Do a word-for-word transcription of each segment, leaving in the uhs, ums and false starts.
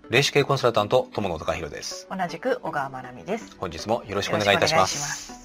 霊視系コンサルタント友野貴弘です。 同じく小川真奈美です。 本日もよろしくお願いいたします。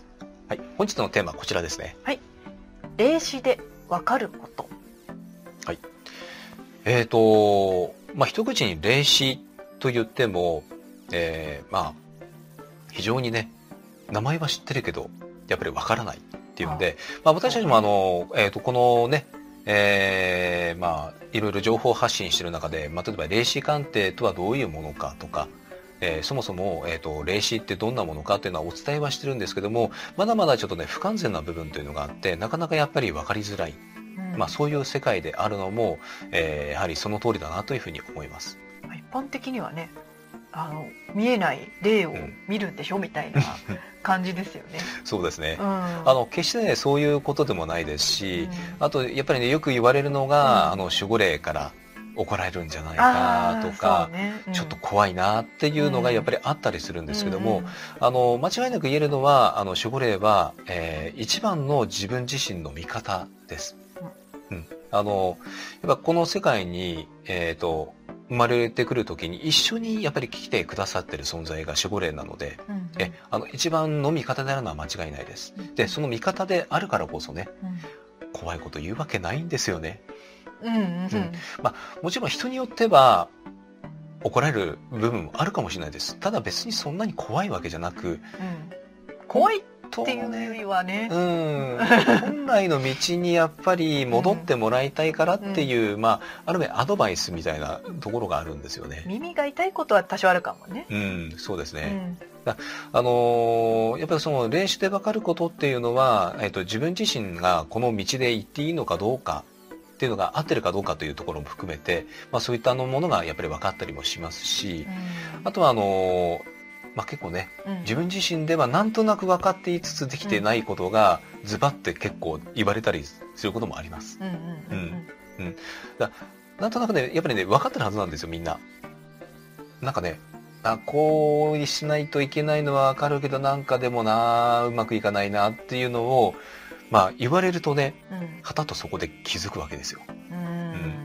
はい、本日のテーマはこちらですね。 はい、霊視でわかること。 はい、えーとまあ一口に霊視と言っても、えー、まあ非常にね名前は知ってるけどやっぱりわからないっていうんで、あまあ、私たちもあの、えーとこのねえー、まあいろいろ情報発信している中で、まあ、例えば霊視鑑定とはどういうものかとか、えー、そもそも、えーと、霊視ってどんなものかっていうのはお伝えはしてるんですけども、まだまだちょっとね不完全な部分というのがあってなかなかやっぱり分かりづらい、うんまあ、そういう世界であるのも、えー、やはりその通りだなというふうに思います。 一般的にはねあの見えない霊を見るんでしょ、うん、みたいな感じですよね。 そうですね、 うん、 あの決してねそういうことでもないですし、うん、あとやっぱりねよく言われるのが、うん、あの守護霊から怒られるんじゃないかとか、ねうん、ちょっと怖いなっていうのがやっぱりあったりするんですけども、うん、あの間違いなく言えるのはあの守護霊は、えー、一番の自分自身の味方です、うん、あのやっぱこの世界に、えーと生まれてくるときに一緒にやっぱり来てくださってる存在が守護霊なので、うんうん、えあの一番の味方であるのは間違いないです。でその味方であるからこそね、うん、怖いこと言うわけないんですよね。 うんうんうんうんまあ、もちろん人によっては怒られる部分もあるかもしれないです。ただ別にそんなに怖いわけじゃなく、うん、 怖いっていうよりはね、 うん、本来の道にやっぱり戻ってもらいたいからっていう、うん、まあある意味アドバイスみたいなところがあるんですよね。 耳が痛いことは多少あるかもね。 うん、そうですね。うん、あのー、やっぱりその霊視で分かることっていうのは、えっと、自分自身がこの道で行っていいのかどうかっていうのが合ってるかどうかというところも含めて、まあ、そういったものがやっぱり分かったりもしますし、うん、あとはあのーまあ、結構ね、うん、自分自身ではなんとなく分かっていつつできてないことが、うん、ズバって結構言われたりすることもあります。なんとなくねやっぱりね分かってるはずなんですよみんな。なんかねあこうしないといけないのは分かるけどなんかでもなうまくいかないなっていうのを、まあ、言われるとね、うん、はたとそこで気づくわけですよ。うん、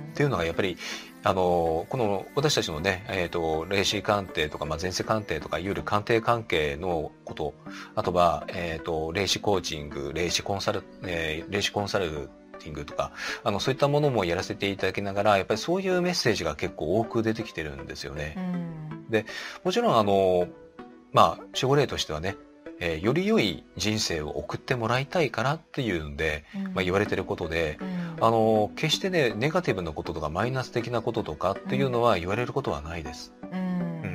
っていうのがやっぱりあのこの私たちのね、えーと、霊視鑑定とか、まあ、前世鑑定とかいわゆる鑑定関係のこと、あとは、えーと、霊視コーチング、霊視コンサル、えー、霊視コンサルティングとかあのそういったものもやらせていただきながらやっぱりそういうメッセージが結構多く出てきてるんですよね。うん、でもちろんあのまあ守護霊としてはねえー、より良い人生を送ってもらいたいからっていうんで、うんまあ、言われてることで、うん、あの決してねネガティブなこととかマイナス的なこととかっていうのは言われることはないです、うんうん、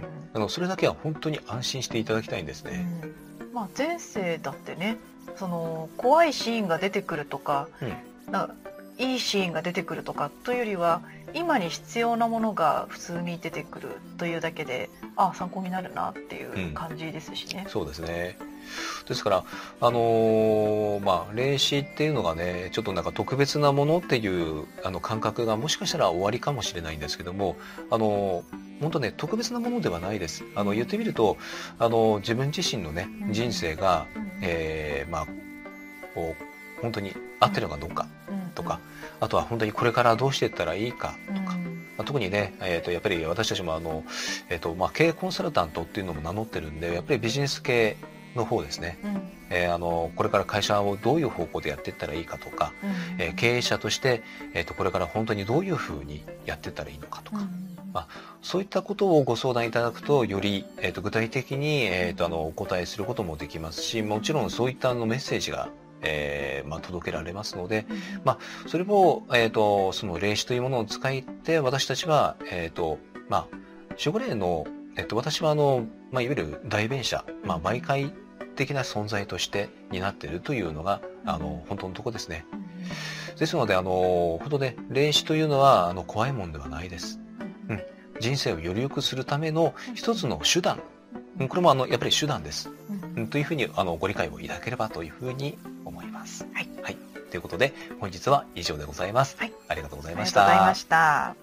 あのそれだけは本当に安心していただきたいんですね、 うんまあ、前世だってねその怖いシーンが出てくるとか、うん、ないいシーンが出てくるとかというよりは今に必要なものが普通に出てくるというだけであ参考になるなっていう感じですしね、 うん、そうですね。ですからあのー、まあ霊視っていうのがねちょっとなんか特別なものっていうあの感覚がもしかしたら終わりかもしれないんですけどもあのー、本当ね特別なものではないです。あの言ってみるとあの自分自身のね人生が、うん、えー、まあこう本当に合ってるのかどうかとか、あとは本当にこれからどうしていったらいいかとか、うんまあ、特にね、えー、とやっぱり私たちもあの、えーとまあ、経営コンサルタントっていうのも名乗ってるんでやっぱりビジネス系の方ですね、うんえー、あのこれから会社をどういう方向でやっていったらいいかとか、うんえー、経営者として、えー、とこれから本当にどういうふうにやっていったらいいのかとか、うんまあ、そういったことをご相談いただくとより、えー、と具体的に、えー、とあのお答えすることもできますしもちろんそういったあのメッセージがえーまあ、届けられますので、うんまあ、それを、えー、とその霊視というものを使って私たちは、えーとまあ、守護霊の、えー、と私はあの、まあ、いわゆる代弁者、まあ、媒介的な存在として担っているというのが、うん、あの本当のところですね、うん、ですのであの本当ね霊視というのはあの怖いものではないです、うん、人生をより良くするための一つの手段これもあのやっぱり手段です、うん、というふうにあのご理解をいただければというふうに思います。はい、はい、ということで本日は以上でございます。はい、ありがとうございました。 ありがとうございました。